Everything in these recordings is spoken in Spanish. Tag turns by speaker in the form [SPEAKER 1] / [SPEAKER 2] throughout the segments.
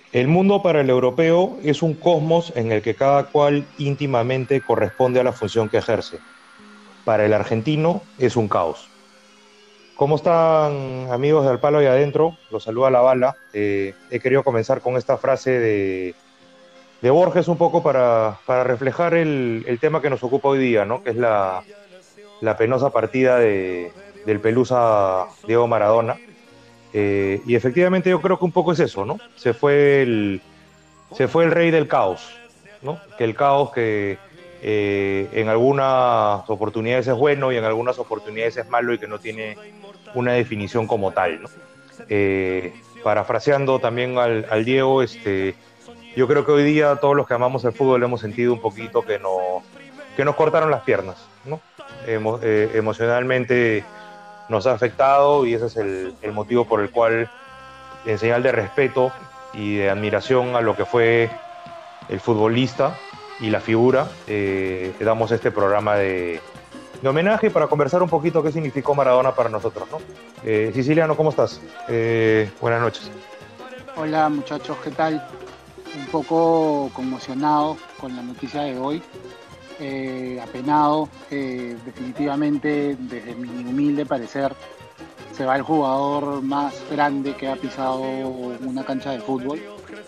[SPEAKER 1] El mundo para el europeo es un cosmos en el que cada cual íntimamente corresponde a la función que ejerce. Para el argentino es un caos. ¿Cómo están amigos de Al Palo y Adentro? Los saluda la bala. He querido comenzar con esta frase de Borges un poco para reflejar el tema que nos ocupa hoy día, ¿no? Que es la penosa partida del Pelusa Diego Maradona. Y efectivamente yo creo que un poco es eso, ¿no? Se fue el rey del caos, ¿no? Que el caos que en algunas oportunidades es bueno y en algunas oportunidades es malo y que no tiene una definición como tal, ¿no? Parafraseando también al Diego, yo creo que hoy día todos los que amamos el fútbol hemos sentido un poquito que nos cortaron las piernas, ¿no? Emocionalmente nos ha afectado y ese es el motivo por el cual, en señal de respeto y de admiración a lo que fue el futbolista y la figura, le damos este programa de homenaje para conversar un poquito qué significó Maradona para nosotros, ¿no? Siciliano, ¿cómo estás? Buenas noches.
[SPEAKER 2] Hola muchachos, ¿qué tal? Un poco conmocionado con la noticia de hoy, apenado, definitivamente desde mi humilde parecer se va el jugador más grande que ha pisado una cancha de fútbol.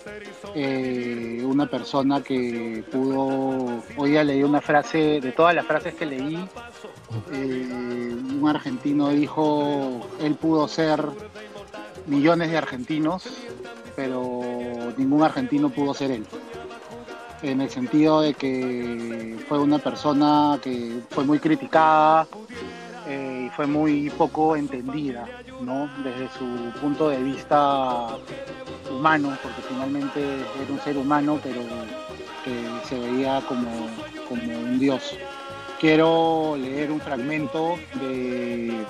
[SPEAKER 2] Una persona que pudo, hoy día leí una frase, de todas las frases que leí, un argentino dijo, él pudo ser millones de argentinos, pero ningún argentino pudo ser él, en el sentido de que fue una persona que fue muy criticada y fue muy poco entendida, ¿no? Desde su punto de vista humano, porque finalmente era un ser humano, pero que se veía como un dios. Quiero leer un fragmento de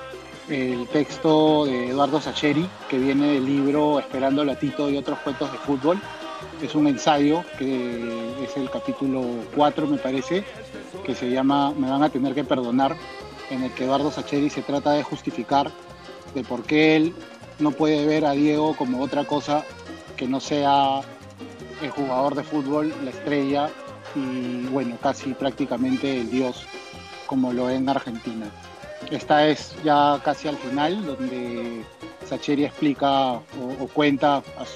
[SPEAKER 2] el texto de Eduardo Sacheri, que viene del libro Esperando a Tito y otros cuentos de fútbol. Es un ensayo que es el capítulo 4, me parece, que se llama Me van a tener que perdonar, en el que Eduardo Sacheri se trata de justificar de por qué él no puede ver a Diego como otra cosa que no sea el jugador de fútbol, la estrella y, bueno, casi prácticamente el dios, como lo es en Argentina. Esta es ya casi al final, donde Sacheri explica o cuenta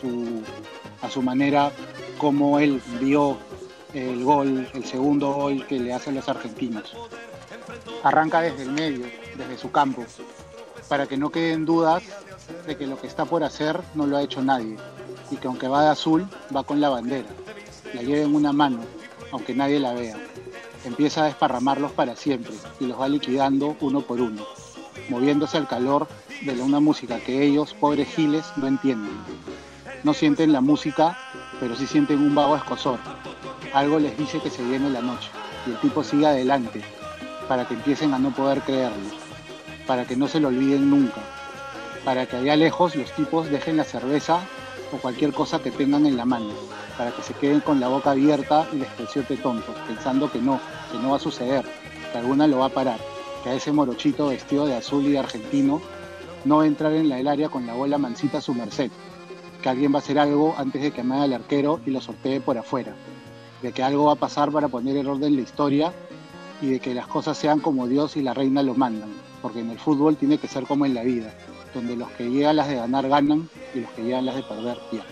[SPEAKER 2] a su manera cómo él vio el gol, el segundo gol que le hacen los argentinos. Arranca desde el medio, desde su campo, para que no queden dudas de que lo que está por hacer no lo ha hecho nadie, y que aunque va de azul, va con la bandera, la lleva en una mano, aunque nadie la vea. Empieza a desparramarlos para siempre y los va liquidando uno por uno, moviéndose al calor de una música que ellos, pobres giles, no entienden. No sienten la música, pero sí sienten un vago escozor. Algo les dice que se viene la noche y el tipo sigue adelante para que empiecen a no poder creerlo, para que no se lo olviden nunca, para que allá lejos los tipos dejen la cerveza o cualquier cosa que tengan en la mano, para que se queden con la boca abierta y la expresión de tontos, pensando que no va a suceder, que alguna lo va a parar, que a ese morochito vestido de azul y de argentino no va a entrar en el área con la bola mansita a su merced, que alguien va a hacer algo antes de que amague al arquero y lo sortee por afuera, de que algo va a pasar para poner en orden la historia y de que las cosas sean como Dios y la reina lo mandan, porque en el fútbol tiene que ser como en la vida, donde los que llegan las de ganar ganan y los que llegan las de perder pierden.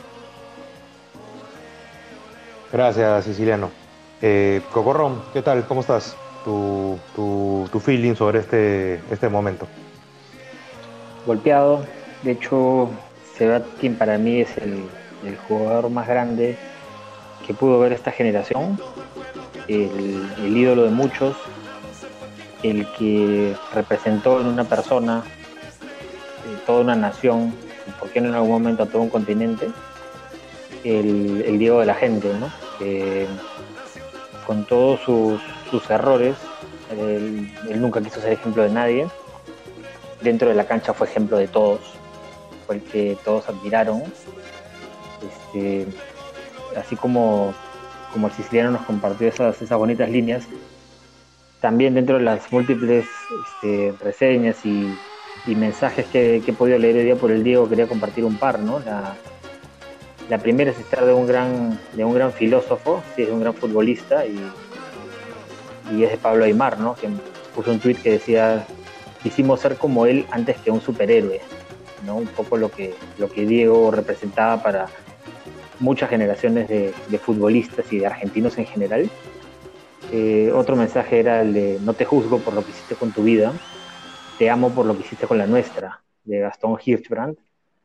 [SPEAKER 1] Gracias, Siciliano. Cocorrón, ¿qué tal? ¿Cómo estás? Tu feeling sobre este momento.
[SPEAKER 3] Golpeado. De hecho, Sebastián para mí es el jugador más grande que pudo ver esta generación, el ídolo de muchos, el que representó en una persona toda una nación, y por qué no en algún momento a todo un continente, el Diego de la gente, ¿no? Que con todos sus errores, él nunca quiso ser ejemplo de nadie. Dentro de la cancha fue ejemplo de todos, fue el que todos admiraron. Este, Así como el siciliano nos compartió esas bonitas líneas, también dentro de las múltiples reseñas y mensajes que he podido leer hoy día por el Diego, quería compartir un par, ¿no? La primera es estar de un gran filósofo, sí, es de un gran futbolista, y es de Pablo Aimar, ¿no? Que puso un tuit que decía: quisimos ser como él antes que un superhéroe, ¿no? Un poco lo que Diego representaba para muchas generaciones de futbolistas y de argentinos en general. Otro mensaje era el de: no te juzgo por lo que hiciste con tu vida, te amo por lo que hiciste con la nuestra, de Gastón Hirschbrand.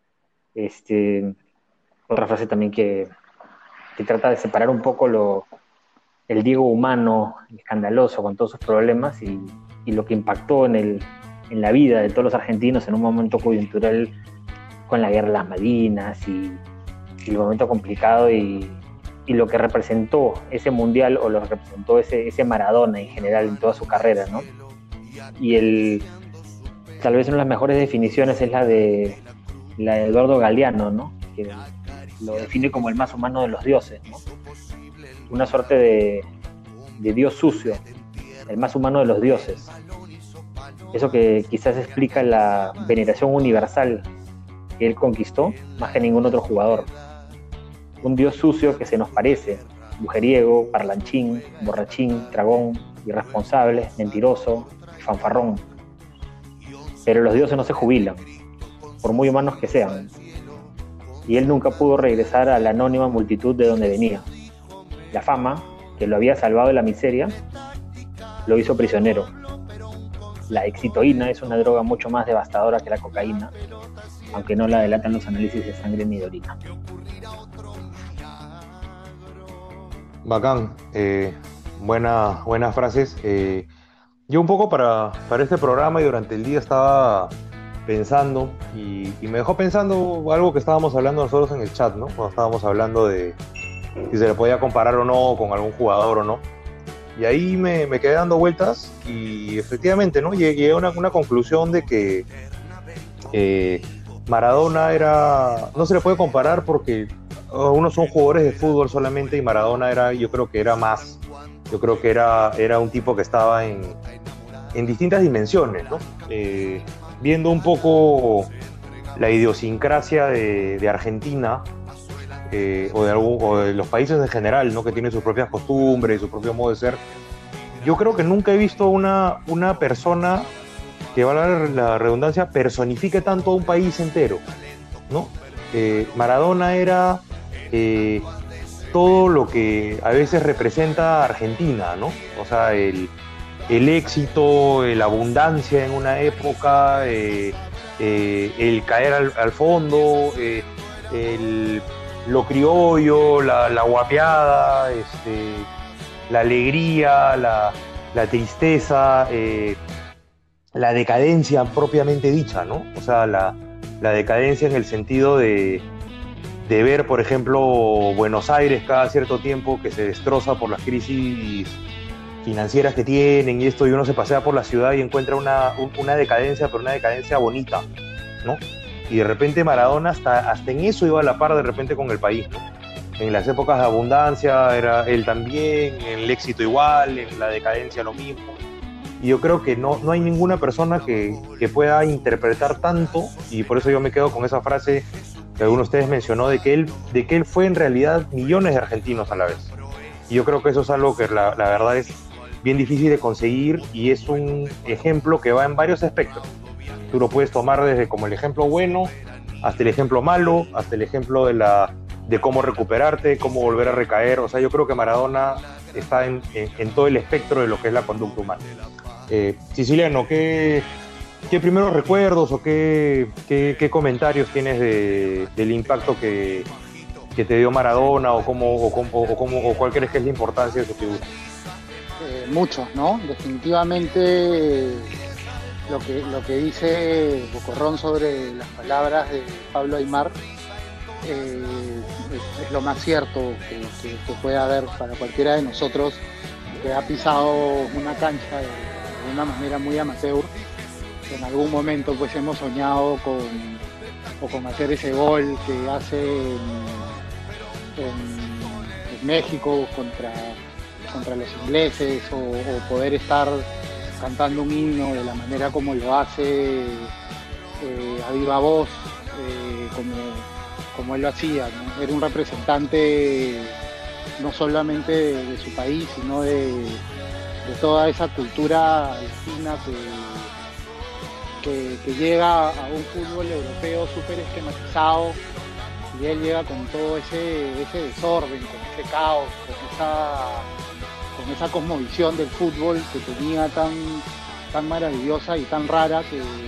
[SPEAKER 3] Otra frase también que trata de separar un poco el Diego humano, escandaloso, con todos sus problemas, y lo que impactó en la vida de todos los argentinos en un momento coyuntural, con la guerra de las Malvinas y el momento complicado, y lo que representó ese mundial, o lo que representó ese Maradona en general en toda su carrera, ¿no? Y tal vez una de las mejores definiciones es la de Eduardo Galeano, ¿no? Que lo define como el más humano de los dioses, ¿no? Una suerte de dios sucio, el más humano de los dioses. Eso que quizás explica la veneración universal que él conquistó más que ningún otro jugador. Un dios sucio que se nos parece: mujeriego, parlanchín, borrachín, tragón, irresponsable, mentiroso, fanfarrón. Pero los dioses no se jubilan, por muy humanos que sean. Y él nunca pudo regresar a la anónima multitud de donde venía. La fama, que lo había salvado de la miseria, lo hizo prisionero. La excitoína es una droga mucho más devastadora que la cocaína, aunque no la delatan los análisis de sangre ni de orina.
[SPEAKER 1] Bacán, buenas frases. Yo un poco para este programa y durante el día estaba pensando y me dejó pensando algo que estábamos hablando nosotros en el chat, ¿no? Cuando estábamos hablando de si se le podía comparar o no con algún jugador o no. Y ahí me quedé dando vueltas y efectivamente, ¿no? Llegué a una conclusión de que Maradona no se le puede comparar porque unos son jugadores de fútbol solamente y Maradona yo creo que era más. Yo creo que era un tipo que estaba en distintas dimensiones, ¿no? Viendo un poco la idiosincrasia de Argentina, o de los países en general, ¿no? Que tienen sus propias costumbres, su propio modo de ser. Yo creo que nunca he visto una persona que, valga la redundancia, personifique tanto a un país entero, ¿no? Maradona era todo lo que a veces representa Argentina, ¿no? O sea, el éxito, la abundancia en una época, el caer al fondo, lo criollo, la guapeada, la alegría, la tristeza, la decadencia propiamente dicha, ¿no? O sea, la decadencia en el sentido de ver, por ejemplo, Buenos Aires cada cierto tiempo que se destroza por las crisis financieras que tienen y esto, y uno se pasea por la ciudad y encuentra una decadencia, pero una decadencia bonita, ¿no? Y de repente Maradona hasta en eso iba a la par de repente con el país, ¿no? En las épocas de abundancia era él también, en el éxito igual, en la decadencia lo mismo. Y yo creo que no hay ninguna persona que pueda interpretar tanto, y por eso yo me quedo con esa frase que alguno de ustedes mencionó, de que él fue en realidad millones de argentinos a la vez. Y yo creo que eso es algo que la verdad es bien difícil de conseguir, y es un ejemplo que va en varios aspectos. Tú lo puedes tomar desde como el ejemplo bueno, hasta el ejemplo malo, hasta el ejemplo de cómo recuperarte, cómo volver a recaer. O sea, yo creo que Maradona está en todo el espectro de lo que es la conducta humana. Siciliano, ¿qué primeros recuerdos o qué comentarios tienes del impacto que te dio Maradona, o cuál crees que es la importancia de su figura?
[SPEAKER 2] Muchos, ¿no? Definitivamente lo que dice Bocorrón sobre las palabras de Pablo Aimar es lo más cierto que puede haber para cualquiera de nosotros que ha pisado una cancha de una manera muy amateur. En algún momento pues hemos soñado con hacer ese gol que hace en México contra los ingleses, o poder estar cantando un himno de la manera como lo hace a viva voz, como él lo hacía, ¿no? Era un representante no solamente de su país, sino de toda esa cultura latina que llega a un fútbol europeo súper esquematizado, y él llega con todo ese desorden, con ese caos, con esa cosmovisión del fútbol que tenía tan maravillosa y tan rara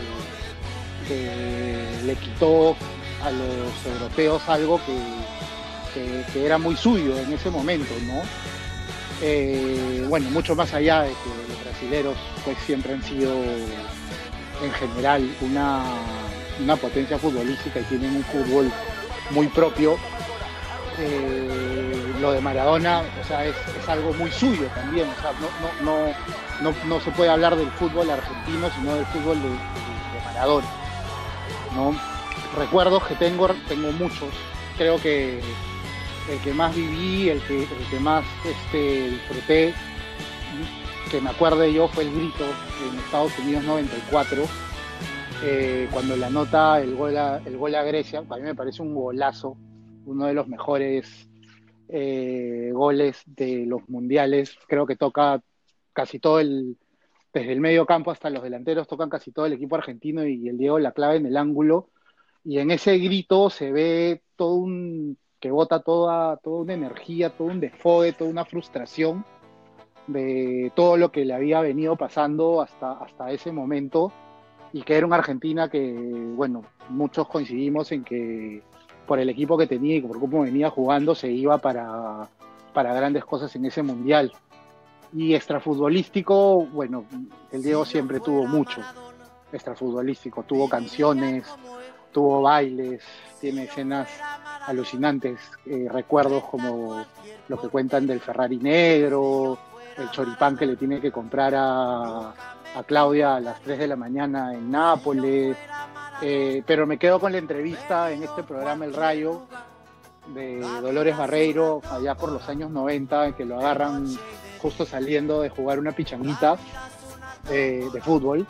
[SPEAKER 2] que le quitó a los europeos algo que era muy suyo en ese momento, ¿no? Bueno, mucho más allá de que los brasileros pues siempre han sido en general una potencia futbolística y tienen un fútbol muy propio. Lo de Maradona, o sea, es algo muy suyo también, o sea, no se puede hablar del fútbol argentino, sino del fútbol de Maradona, ¿no? Recuerdos que tengo muchos. Creo que el que más viví, el que más disfruté, que me acuerde yo, fue el grito en Estados Unidos 94, cuando le anota el gol a Grecia. A mí me parece un golazo, uno de los mejores goles de los mundiales. Creo que toca casi todo desde el medio campo hasta los delanteros, tocan casi todo el equipo argentino, y el Diego la clave en el ángulo. Y en ese grito se ve que bota toda una energía, todo un desfogue, toda una frustración de todo lo que le había venido pasando hasta ese momento, y que era una Argentina que, bueno, muchos coincidimos en que por el equipo que tenía y por cómo venía jugando se iba para grandes cosas en ese mundial. Y extrafutbolístico, bueno, el Diego siempre tuvo mucho extrafutbolístico, tuvo canciones, tuvo bailes, tiene escenas alucinantes, recuerdos como lo que cuentan del Ferrari negro, el choripán que le tiene que comprar a Claudia a las 3 de la mañana en Nápoles, pero me quedo con la entrevista en este programa El Rayo de Dolores Barreiro allá por los años 90, en que lo agarran justo saliendo de jugar una pichanguita de fútbol,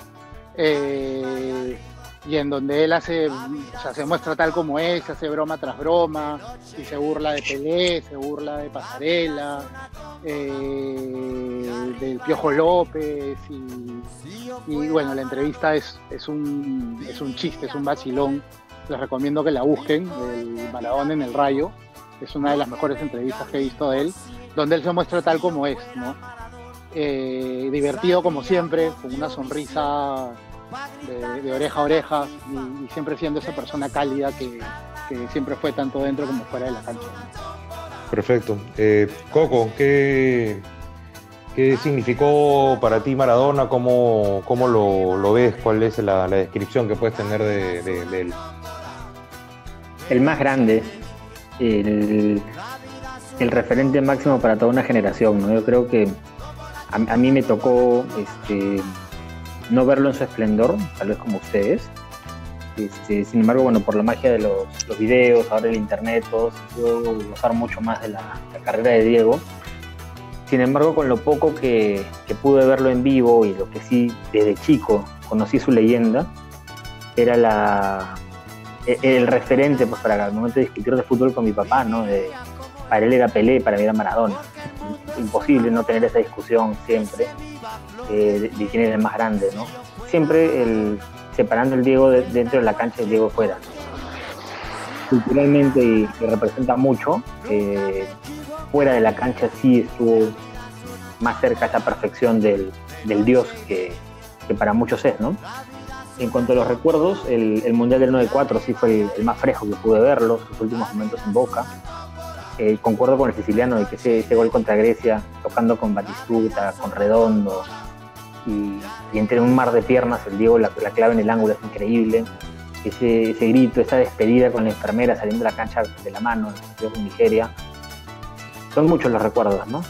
[SPEAKER 2] y en donde él se muestra tal como es, se hace broma tras broma, y se burla de Pelé, se burla de Pasarela, del Piojo López, y bueno, la entrevista es un chiste, es un vacilón. Les recomiendo que la busquen, el Maradona en el Rayo. Es una de las mejores entrevistas que he visto de él, donde él se muestra tal como es, ¿no? Divertido como siempre, con una sonrisa de oreja a oreja, y siempre siendo esa persona cálida que siempre fue, tanto dentro como fuera de la cancha.
[SPEAKER 1] Perfecto. Coco, ¿qué significó para ti Maradona? ¿Cómo lo ves? ¿Cuál es la descripción que puedes tener de él?
[SPEAKER 3] El más grande, el referente máximo para toda una generación, ¿no? Yo creo que a mí me tocó no verlo en su esplendor, tal vez como ustedes. Sin embargo, bueno, por la magia de los videos, ahora el internet, todo, puedo gozar mucho más de la carrera de Diego. Sin embargo, con lo poco que pude verlo en vivo, y lo que sí desde chico conocí su leyenda, era el referente, pues, para el momento de discutir de fútbol con mi papá, ¿no? Para él era Pelé, para mí era Maradona. Imposible no tener esa discusión siempre de quién era el más grande, ¿no? Siempre separando el Diego dentro de la cancha y el Diego fuera. Culturalmente y representa mucho. Fuera de la cancha sí estuvo más cerca a esa perfección del Dios que para muchos es, ¿no? En cuanto a los recuerdos, el Mundial del 94 sí fue el más fresco que pude verlo, sus últimos momentos en Boca. Concuerdo con el siciliano de que ese gol contra Grecia, tocando con Batistuta, con Redondo, y entre un mar de piernas, el Diego la clave en el ángulo es increíble. Ese grito, esa despedida con la enfermera saliendo de la cancha de la mano, el partido con Nigeria. Son muchos los recuerdos, ¿no?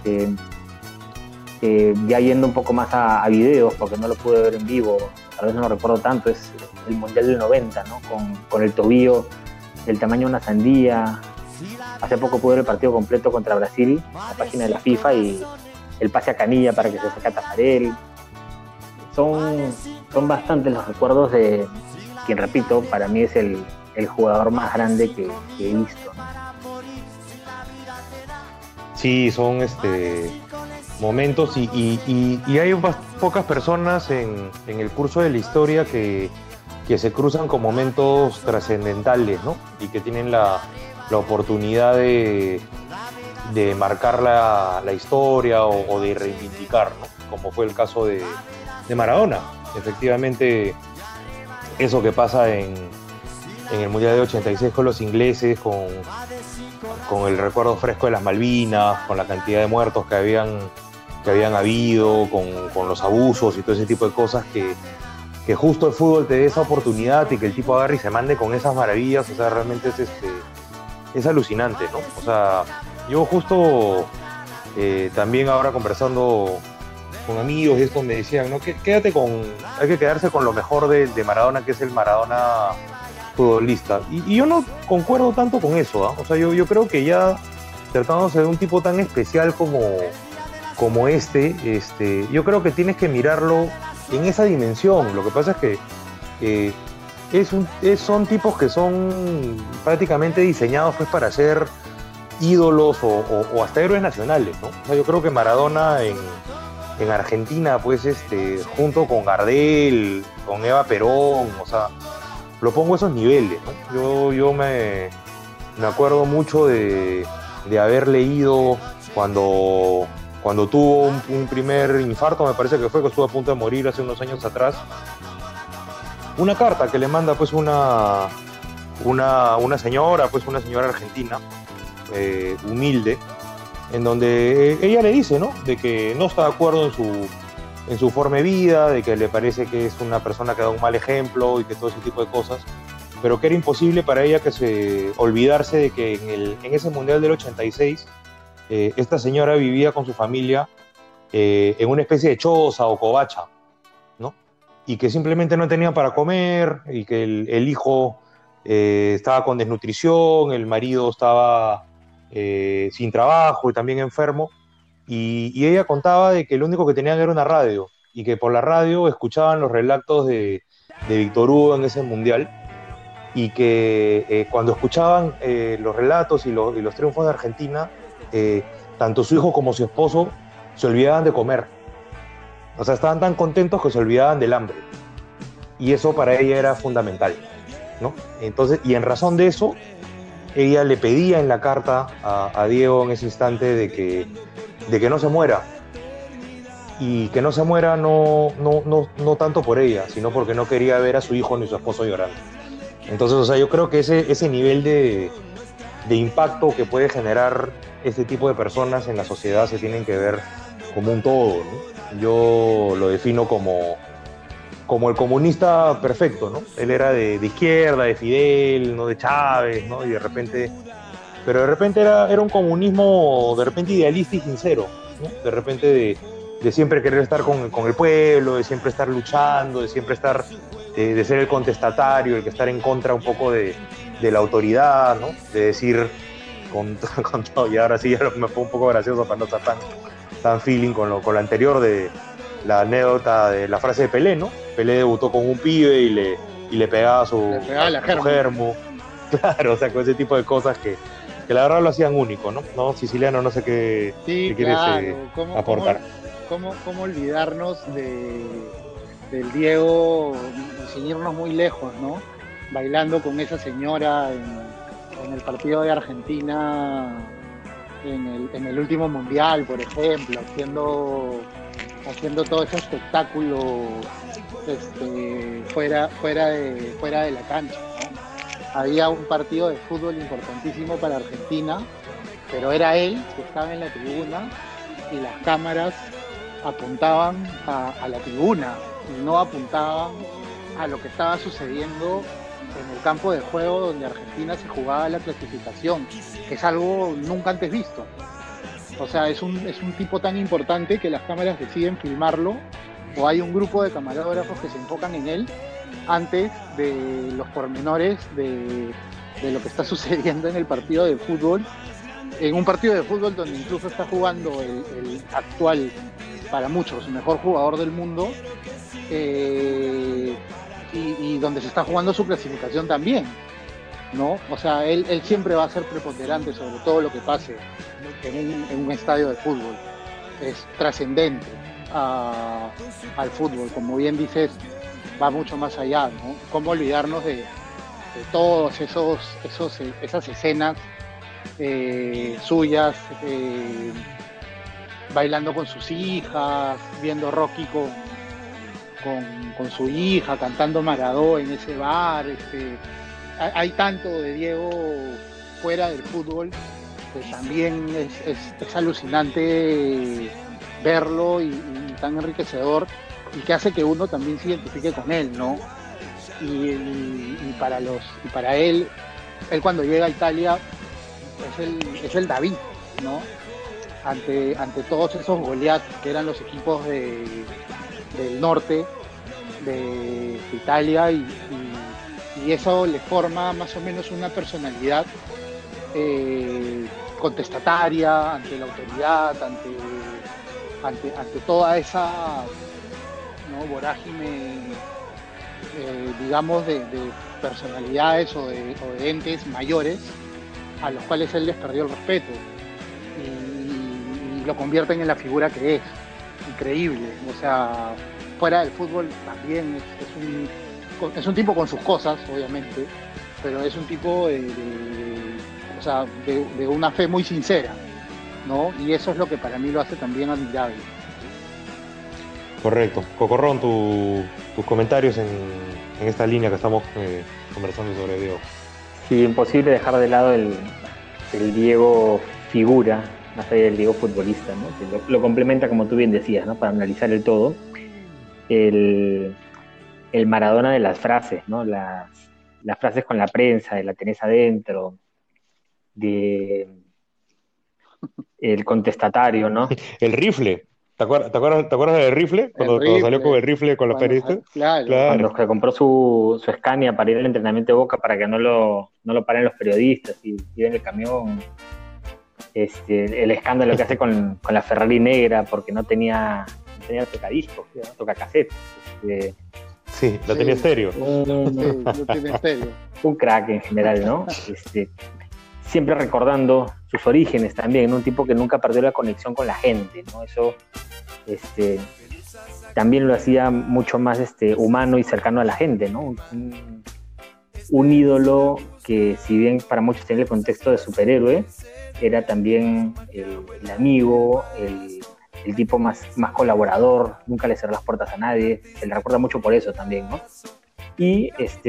[SPEAKER 3] Ya yendo un poco más a videos, porque no lo pude ver en vivo, tal vez no lo recuerdo tanto, es el Mundial del 90, ¿no? Con el tobillo del tamaño de una sandía. Hace poco pude ver el partido completo contra Brasil, la página de la FIFA, y el pase a Canilla para que se saque a Tafarel. Son bastantes los recuerdos de quien, repito, para mí es el el jugador más grande que he visto, ¿no?
[SPEAKER 1] Sí, son momentos y hay pocas personas en el curso de la historia que se cruzan con momentos trascendentales, ¿no? Y que tienen la oportunidad de marcar la historia o de reivindicar, ¿no? Como fue el caso de Maradona. Efectivamente, eso que pasa en el Mundial de 86 con los ingleses, con el recuerdo fresco de las Malvinas, con la cantidad de muertos que habían habido, con los abusos y todo ese tipo de cosas que justo el fútbol te dé esa oportunidad y que el tipo agarre y se mande con esas maravillas, o sea, realmente es alucinante, ¿no? O sea, yo justo también ahora conversando con amigos y esto me decían, ¿no? Hay que quedarse con lo mejor de Maradona, que es el Maradona futbolista. Y yo no concuerdo tanto con eso, ¿eh? O sea, yo creo que ya tratándose de un tipo tan especial como yo creo que tienes que mirarlo en esa dimensión. Lo que pasa es que son tipos que son prácticamente diseñados pues para ser ídolos o hasta héroes nacionales, ¿no? O sea, yo creo que Maradona en Argentina, pues, junto con Gardel, con Eva Perón, o sea, lo pongo a esos niveles, ¿no? Yo me acuerdo mucho de haber leído cuando tuvo un primer infarto, me parece que estuvo a punto de morir hace unos años atrás, una carta que le manda pues una señora argentina, humilde, en donde ella le dice, ¿no? De que no está de acuerdo en su forma de vida, de que le parece que es una persona que da un mal ejemplo y que todo ese tipo de cosas, pero que era imposible para ella olvidarse de que en ese Mundial del 86 esta señora vivía con su familia en una especie de choza o covacha, ¿no? Y que simplemente no tenían para comer y que el hijo estaba con desnutrición, el marido estaba sin trabajo y también enfermo, y ella contaba de que lo único que tenían era una radio y que por la radio escuchaban los relatos de Víctor Hugo en ese mundial y que cuando escuchaban los relatos y los triunfos de Argentina, tanto su hijo como su esposo se olvidaban de comer. O sea, estaban tan contentos que se olvidaban del hambre. Y eso para ella era fundamental, ¿no? Entonces, y en razón de eso, ella le pedía en la carta a Diego en ese instante de que no se muera. Y que no se muera no tanto por ella, sino porque no quería ver a su hijo ni a su esposo llorando. Entonces, o sea, yo creo que ese nivel de impacto que puede generar este tipo de personas en la sociedad se tienen que ver como un todo, ¿no? Yo lo defino como el comunista perfecto, ¿no? Él era de izquierda, de Fidel, no de Chávez, ¿no? Y pero de repente era un comunismo de repente idealista y sincero, ¿no? De repente de siempre querer estar con el pueblo, de siempre estar luchando, de siempre estar, de ser el contestatario, el que estar en contra un poco de la autoridad, ¿no? De decir con todo, y ahora sí ya me fue un poco gracioso para no estar tan feeling con lo anterior de la anécdota de la frase de Pelé, ¿no? Pelé debutó con un pibe y le pegaba a su germo. Claro, o sea, con ese tipo de cosas que la verdad lo hacían único, ¿no? No, Siciliano, no sé qué quieres aportar.
[SPEAKER 2] ¿Cómo olvidarnos del Diego, sin irnos muy lejos, ¿no? Bailando con esa señora en el partido de Argentina, en el último mundial, por ejemplo, haciendo todo ese espectáculo fuera de la cancha, ¿no? Había un partido de fútbol importantísimo para Argentina, pero era él que estaba en la tribuna y las cámaras apuntaban a la tribuna y no apuntaban a lo que estaba sucediendo en el campo de juego donde Argentina se jugaba la clasificación, que es algo nunca antes visto. O sea, es un tipo tan importante que las cámaras deciden filmarlo, o hay un grupo de camarógrafos que se enfocan en él antes de los pormenores de lo que está sucediendo en el partido de fútbol, en un partido de fútbol donde incluso está jugando el actual, para muchos, mejor jugador del mundo, y donde se está jugando su clasificación también. ¿no? O sea, él siempre va a ser preponderante sobre todo lo que pase en un estadio de fútbol. Es trascendente al fútbol. Como bien dices, va mucho más allá, ¿no? ¿Cómo olvidarnos de todos esas escenas suyas, bailando con sus hijas, viendo Rocky con su hija, cantando Maradó en ese bar? Hay tanto de Diego fuera del fútbol que también es alucinante verlo y tan enriquecedor, y que hace que uno también se identifique con él, ¿no? Y para él cuando llega a Italia es el David, ¿no? Ante todos esos Goliat que eran los equipos del norte de Italia, y eso le forma más o menos una personalidad contestataria ante la autoridad, ante toda esa, ¿no?, vorágine, digamos, de personalidades o de entes mayores a los cuales él les perdió el respeto, y lo convierten en la figura que es. Increíble. O sea, fuera del fútbol también es un tipo con sus cosas, obviamente, pero es un tipo de una fe muy sincera, ¿no? Y eso es lo que para mí lo hace también admirable.
[SPEAKER 1] Correcto. Cocorrón, tus comentarios en esta línea que estamos conversando sobre Diego.
[SPEAKER 3] Sí, imposible dejar de lado el Diego figura, más allá del Diego futbolista, ¿no? Que lo complementa, como tú bien decías, ¿no? Para analizar el todo. El Maradona de las frases, ¿no? Las frases con la prensa, de la tenés adentro, de el contestatario, ¿no?
[SPEAKER 1] El rifle. ¿Te acuerdas del rifle? Cuando salió con el rifle con los periodistas.
[SPEAKER 2] Claro.
[SPEAKER 3] Cuando se compró su Scania para ir al entrenamiento de Boca para que no lo paren los periodistas y ir en el camión. El escándalo que hace con la Ferrari negra porque no tenía tocadiscos, ¿no? Tocacassette.
[SPEAKER 1] Sí, lo tenía estéreo.
[SPEAKER 2] Lo tiene estéreo.
[SPEAKER 3] Un crack en general, ¿no? Siempre recordando sus orígenes también, ¿no? Un tipo que nunca perdió la conexión con la gente, ¿no? Eso también lo hacía mucho más humano y cercano a la gente, ¿no? Un ídolo que, si bien para muchos tiene el contexto de superhéroe, era también el amigo, el tipo más colaborador, nunca le cerró las puertas a nadie, se le recuerda mucho por eso también, ¿no? Y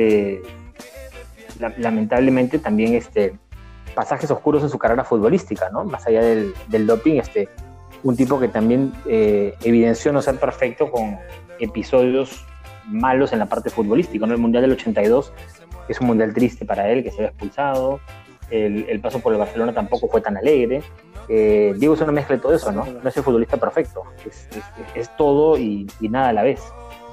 [SPEAKER 3] lamentablemente también pasajes oscuros en su carrera futbolística, ¿no? Más allá del doping, un tipo que también evidenció no ser perfecto con episodios malos en la parte futbolística, ¿no? El Mundial del 82 es un mundial triste para él, que se había expulsado. El paso por el Barcelona tampoco fue tan alegre. Diego es una mezcla de todo eso, ¿no? No es el futbolista perfecto, es todo y nada a la vez.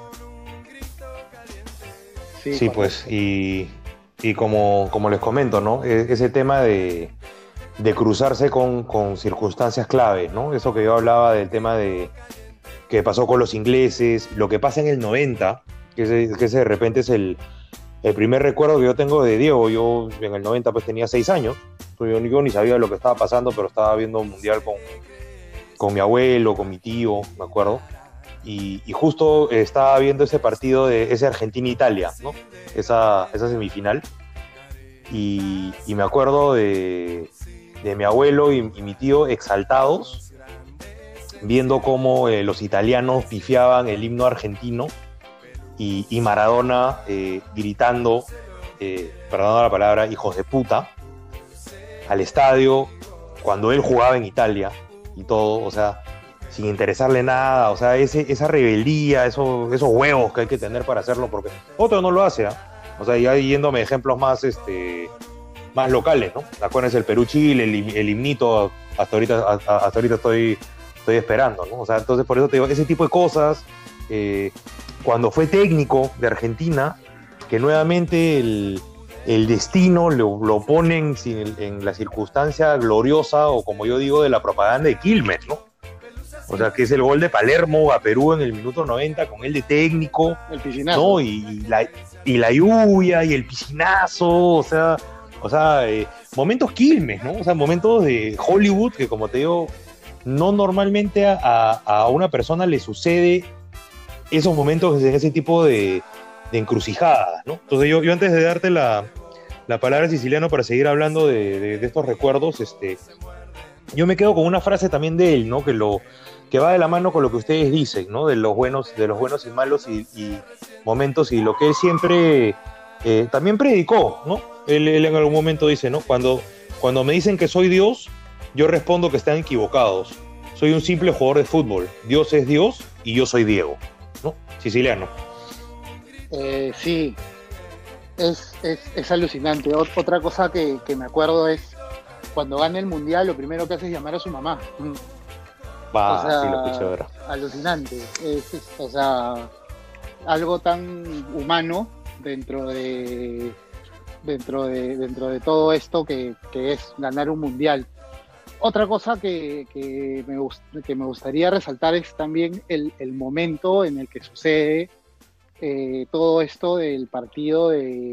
[SPEAKER 1] Sí, pues, y como les comento, ¿no? Ese tema de cruzarse con circunstancias claves, ¿no? Eso que yo hablaba del tema de que pasó con los ingleses, lo que pasa en el 90, que ese de repente es el primer recuerdo que yo tengo de Diego. Yo en el 90 pues tenía 6 años, yo ni sabía lo que estaba pasando, pero estaba viendo un mundial con mi abuelo, con mi tío, me acuerdo, y justo estaba viendo ese partido de ese Argentina-Italia, ¿no? Esa semifinal, y me acuerdo de mi abuelo y mi tío exaltados, viendo cómo los italianos pifiaban el himno argentino, y Maradona gritando, perdón la palabra, hijos de puta, al estadio, cuando él jugaba en Italia y todo, o sea, sin interesarle nada, o sea, esa rebeldía, esos huevos que hay que tener para hacerlo, porque otro no lo hace, ¿eh? O sea, ya yéndome ejemplos más locales, ¿no? Acuérdense el Perú-Chile, el himnito, hasta ahorita estoy esperando, ¿no? O sea, entonces por eso te digo, ese tipo de cosas, cuando fue técnico de Argentina, que nuevamente el destino lo ponen en la circunstancia gloriosa, o como yo digo, de la propaganda de Quilmes, ¿no? O sea, que es el gol de Palermo a Perú en el minuto 90 con él de técnico,
[SPEAKER 2] el piscinazo,
[SPEAKER 1] ¿no? Y la lluvia y el piscinazo, o sea, O sea, momentos Quilmes, ¿no? O sea, momentos de Hollywood que, como te digo, no normalmente a una persona le sucede esos momentos en ese tipo de encrucijadas, ¿no? Entonces yo antes de darte la palabra Siciliano para seguir hablando de estos recuerdos, yo me quedo con una frase también de él, ¿no? Que va de la mano con lo que ustedes dicen, ¿no? De los buenos y malos y momentos y lo que él siempre también predicó, ¿no? Él en algún momento dice, ¿no? Cuando me dicen que soy Dios, yo respondo que están equivocados. Soy un simple jugador de fútbol. Dios es Dios y yo soy Diego, ¿no? Siciliano.
[SPEAKER 2] Sí, es alucinante. Otra cosa que me acuerdo es cuando gana el mundial, lo primero que hace es llamar a su mamá.
[SPEAKER 1] Va,
[SPEAKER 2] O sea,
[SPEAKER 1] sí lo escuché ahora.
[SPEAKER 2] alucinante. O sea, algo tan humano dentro de todo esto que es ganar un mundial. Otra cosa que me gustaría resaltar es también el momento en el que sucede todo esto del partido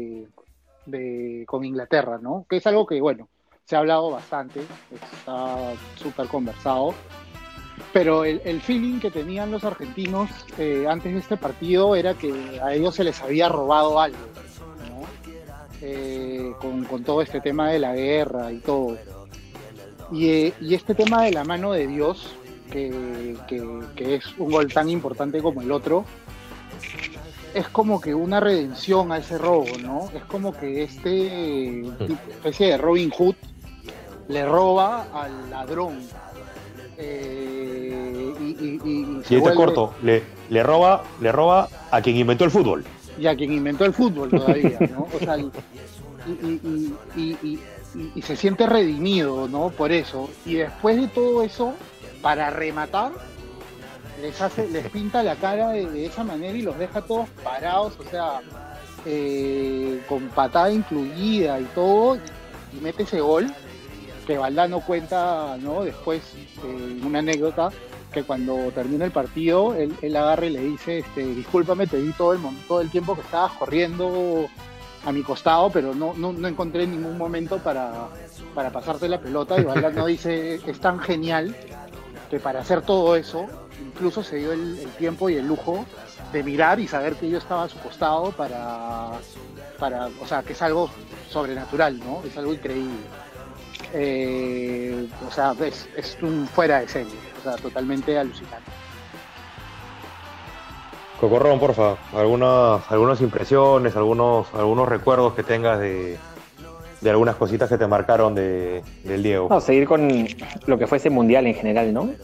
[SPEAKER 2] con Inglaterra, ¿no? Que es algo que, bueno, se ha hablado bastante, está súper conversado, pero el feeling que tenían los argentinos antes de este partido era que a ellos se les había robado algo, ¿no? Con todo este tema de la guerra y todo. Y este tema de la mano de Dios, que es un gol tan importante como el otro, es como que una redención a ese robo, ¿no? Es como que especie de Robin Hood le roba al ladrón.
[SPEAKER 1] Y este corto, le roba a quien inventó el fútbol.
[SPEAKER 2] Y a quien inventó el fútbol todavía, ¿no? O sea, y se siente redimido, ¿no? Por eso. Y después de todo eso, para rematar, les pinta la cara de esa manera y los deja todos parados, o sea, con patada incluida y todo, y mete ese gol que Valdano cuenta, ¿no? Después, una anécdota, que cuando termina el partido, él agarra y le dice, discúlpame, te di todo el tiempo que estabas corriendo a mi costado, pero no encontré ningún momento para pasarte la pelota. Y Valdano dice, es tan genial que para hacer todo eso, incluso se dio el tiempo y el lujo de mirar y saber que yo estaba a su costado para o sea, que es algo sobrenatural, ¿no? Es algo increíble. O sea, es un fuera de serie, o sea, totalmente alucinante.
[SPEAKER 1] Cocorrón, porfa, algunas impresiones, algunos recuerdos que tengas de algunas cositas que te marcaron del Diego.
[SPEAKER 3] No, seguir con lo que fue ese mundial en general, ¿no?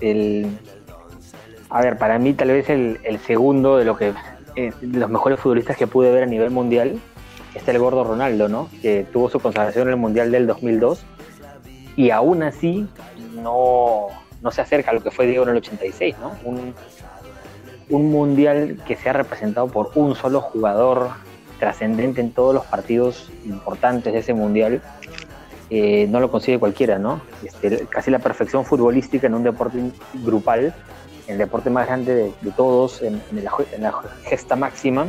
[SPEAKER 3] A ver, para mí tal vez el segundo de los mejores futbolistas que pude ver a nivel mundial está el gordo Ronaldo, ¿no? Que tuvo su consagración en el mundial del 2002 y aún así no se acerca a lo que fue Diego en el 86, ¿no? Un mundial que se ha representado por un solo jugador trascendente en todos los partidos importantes de ese mundial, no lo consigue cualquiera, ¿no? Casi la perfección futbolística en un deporte grupal, el deporte más grande de todos, en la gesta máxima,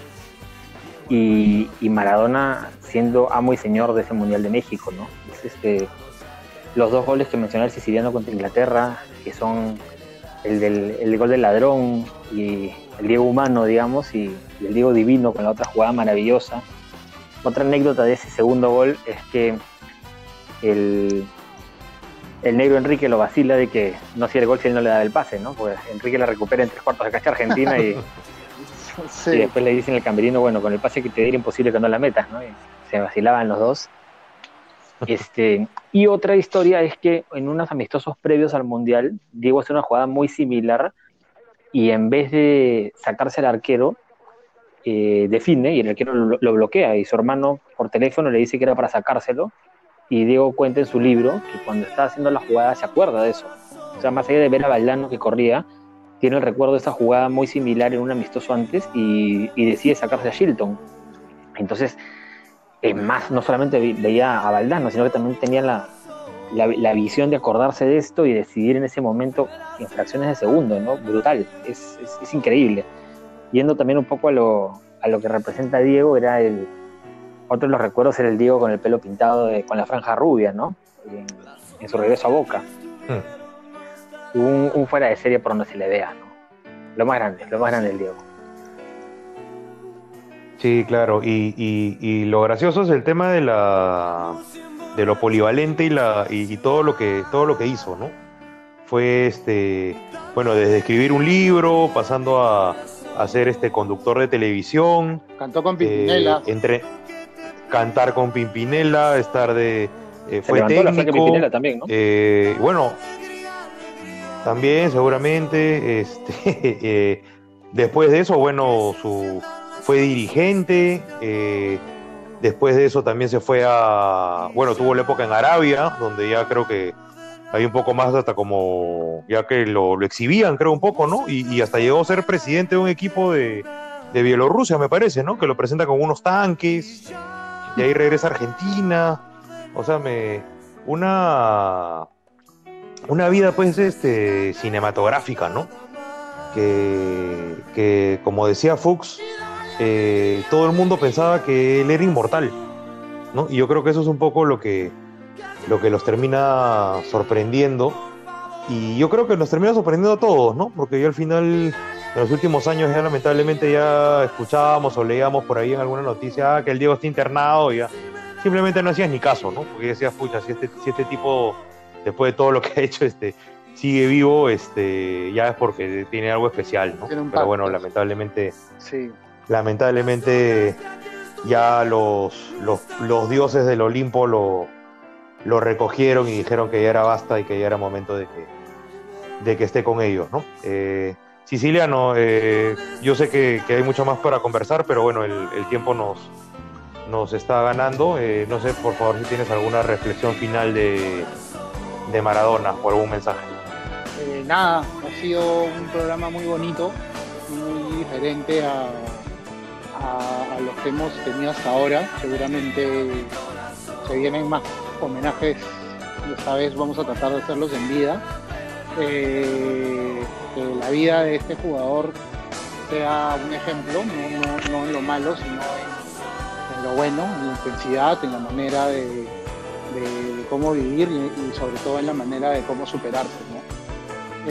[SPEAKER 3] y Maradona siendo amo y señor de ese Mundial de México, ¿no? Los dos goles que mencioné el siciliano contra Inglaterra, que son el gol del ladrón y el Diego humano, digamos, y el Diego divino con la otra jugada maravillosa. Otra anécdota de ese segundo gol es que el negro Enrique lo vacila de que no hacía el gol si él no le daba el pase, ¿no? Porque Enrique la recupera en 3/4 de cancha argentina y, sí. Y después le dicen al camerino, bueno, con el pase que te di era imposible que no la metas, ¿no? Y se vacilaban los dos. Y otra historia es que en unos amistosos previos al Mundial, Diego hace una jugada muy similar y en vez de sacarse al arquero, define y el arquero lo bloquea y su hermano por teléfono le dice que era para sacárselo y Diego cuenta en su libro que cuando está haciendo la jugada se acuerda de eso. O sea, más allá de ver a Valdano que corría, tiene el recuerdo de esa jugada muy similar en un amistoso antes y decide sacarse a Shilton. Entonces, más, no solamente veía a Valdano, sino que también tenía la visión de acordarse de esto y decidir en ese momento en fracciones de segundo, ¿no? Brutal, es increíble. Yendo también un poco a lo que representa Diego, era Otro de los recuerdos era el Diego con el pelo pintado, con la franja rubia, ¿no? En su regreso a Boca. Un fuera de serie por donde se le vea, ¿no? Lo más grande del Diego.
[SPEAKER 1] Sí, claro, y lo gracioso es el tema de lo polivalente y todo lo que hizo, ¿no? Fue bueno, desde escribir un libro, pasando a ser conductor de televisión.
[SPEAKER 2] Cantó con Pimpinela.
[SPEAKER 1] Cantar con Pimpinela, fue
[SPEAKER 3] levantó la flaca
[SPEAKER 1] técnico.
[SPEAKER 3] Pimpinela también, ¿no?
[SPEAKER 1] Bueno, también seguramente, después de eso, bueno, fue dirigente, después de eso también se fue tuvo la época en Arabia, donde ya creo que hay un poco más hasta como, ya que lo exhibían, creo un poco, ¿no? Y hasta llegó a ser presidente de un equipo de Bielorrusia, me parece, ¿no? Que lo presenta con unos tanques, y ahí regresa a Argentina. O sea, una vida, pues, cinematográfica, ¿no? Que como decía Fuchs, todo el mundo pensaba que él era inmortal, ¿no? Y yo creo que eso es un poco lo que los termina sorprendiendo, y yo creo que nos termina sorprendiendo a todos, ¿no? Porque yo al final, en los últimos años, ya lamentablemente ya escuchábamos o leíamos por ahí en alguna noticia que el Diego está internado, y ya simplemente no hacías ni caso, ¿no? Porque decías, pucha, si este tipo, después de todo lo que ha hecho, sigue vivo, ya es porque tiene algo especial, ¿no? Pero bueno, lamentablemente ya los dioses del Olimpo lo recogieron y dijeron que ya era basta y que ya era momento de que esté con ellos, ¿no? Siciliano, yo sé que hay mucho más para conversar, pero bueno, el tiempo nos está ganando. No sé, por favor, si tienes alguna reflexión final de Maradona o algún mensaje.
[SPEAKER 2] Nada, ha sido un programa muy bonito, muy diferente a los que hemos tenido hasta ahora. Seguramente se vienen más homenajes, esta vez vamos a tratar de hacerlos en vida. Que la vida de este jugador sea un ejemplo, no en lo malo, sino en lo bueno, en la intensidad, en la manera de cómo vivir y sobre todo en la manera de cómo superarse, ¿no?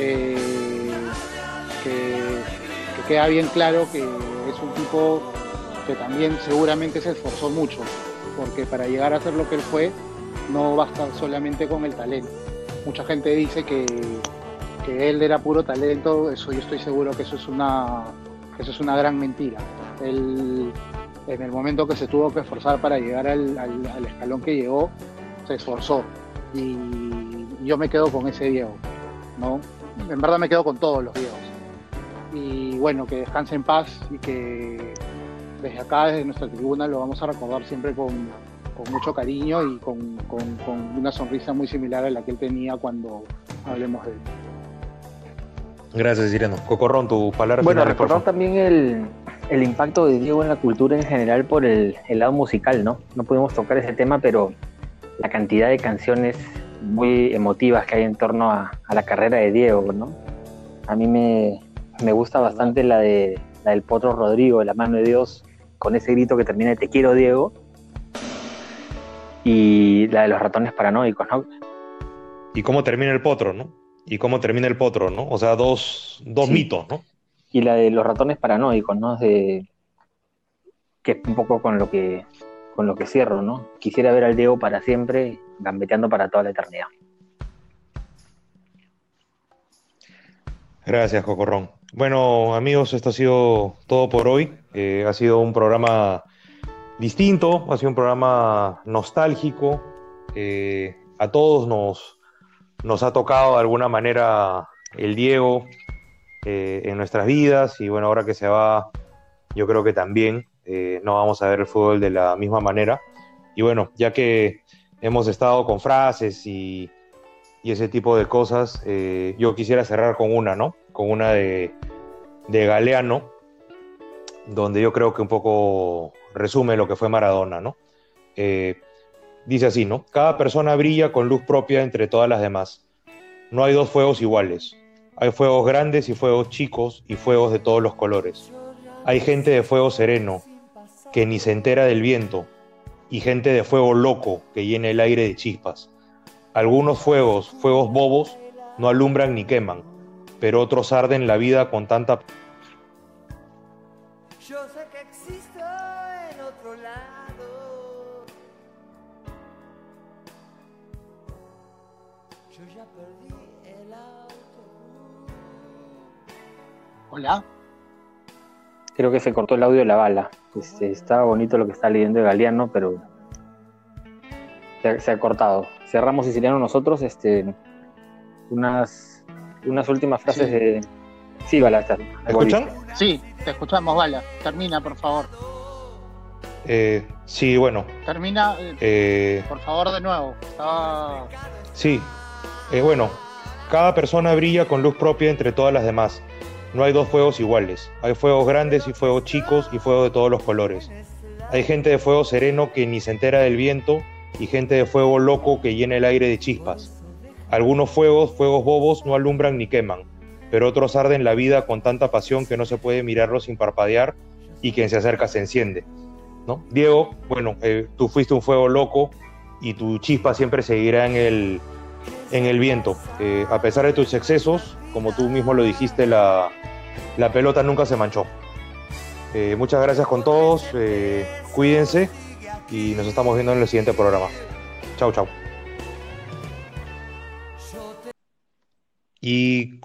[SPEAKER 2] Que queda bien claro que es un tipo que también seguramente se esforzó mucho, porque para llegar a ser lo que él fue no basta solamente con el talento. Mucha gente dice que él era puro talento, eso yo estoy seguro que eso es una gran mentira. Él, en el momento que se tuvo que esforzar para llegar al escalón que llegó, se esforzó, y yo me quedo con ese Diego, ¿no? En verdad me quedo con todos los Diegos, y bueno, que descanse en paz, y que desde acá, desde nuestra tribuna, lo vamos a recordar siempre con mucho cariño y con una sonrisa muy similar a la que él tenía cuando hablemos de él.
[SPEAKER 1] Gracias, Siriano. Cocorrón, tu palabra
[SPEAKER 3] final. Bueno, recordar
[SPEAKER 1] por favor.
[SPEAKER 3] También el impacto de Diego en la cultura en general por el lado musical, ¿no? No pudimos tocar ese tema, pero la cantidad de canciones muy emotivas que hay en torno a la carrera de Diego, ¿no? A mí me gusta bastante la del Potro Rodrigo, La mano de Dios, con ese grito que termina de Te quiero, Diego, y la de Los ratones paranoicos, ¿no?
[SPEAKER 1] Y cómo termina el Potro, ¿no? O sea, dos sí. Mitos, ¿no?
[SPEAKER 3] Y la de Los ratones paranoicos, ¿no? Que es un poco con lo que cierro, ¿no? Quisiera ver al Diego para siempre, gambeteando para toda la eternidad.
[SPEAKER 1] Gracias, Cocorrón. Bueno, amigos, esto ha sido todo por hoy. Ha sido un programa distinto, ha sido un programa nostálgico. A todos nos ha tocado de alguna manera el Diego en nuestras vidas, y bueno, ahora que se va, yo creo que también no vamos a ver el fútbol de la misma manera. Y bueno, ya que hemos estado con frases y ese tipo de cosas, yo quisiera cerrar con una, ¿no? Con una de Galeano, donde yo creo que un poco resume lo que fue Maradona, ¿no? Dice así, ¿no? Cada persona brilla con luz propia entre todas las demás. No hay dos fuegos iguales. Hay fuegos grandes y fuegos chicos y fuegos de todos los colores. Hay gente de fuego sereno que ni se entera del viento, y gente de fuego loco que llena el aire de chispas. Algunos fuegos bobos, no alumbran ni queman, pero otros arden la vida con tanta...
[SPEAKER 4] Yo sé que existo en otro lado. Yo ya perdí el autobús.
[SPEAKER 2] Hola.
[SPEAKER 3] Creo que se cortó el audio de la bala. Estaba bonito lo que está leyendo de Galeano, pero se ha cortado. Cerramos Siciliano nosotros, unas últimas frases
[SPEAKER 2] Sí.
[SPEAKER 3] de... Sí, Bala, está.
[SPEAKER 1] ¿Me escuchan?
[SPEAKER 2] Sí, te escuchamos, Bala. Termina, por favor.
[SPEAKER 1] Sí, bueno.
[SPEAKER 2] Termina, por favor, de nuevo.
[SPEAKER 1] Sí, bueno, cada persona brilla con luz propia entre todas las demás. No hay dos fuegos iguales. Hay fuegos grandes y fuegos chicos y fuegos de todos los colores. Hay gente de fuego sereno que ni se entera del viento y gente de fuego loco que llena el aire de chispas. Algunos fuegos bobos, no alumbran ni queman, pero otros arden la vida con tanta pasión que no se puede mirarlos sin parpadear y quien se acerca se enciende, ¿no? Diego, bueno, tú fuiste un fuego loco y tu chispa siempre seguirá en el viento. A pesar de tus excesos, como tú mismo lo dijiste, la pelota nunca se manchó. Muchas gracias con todos, cuídense y nos estamos viendo en el siguiente programa. Chau, chau. Y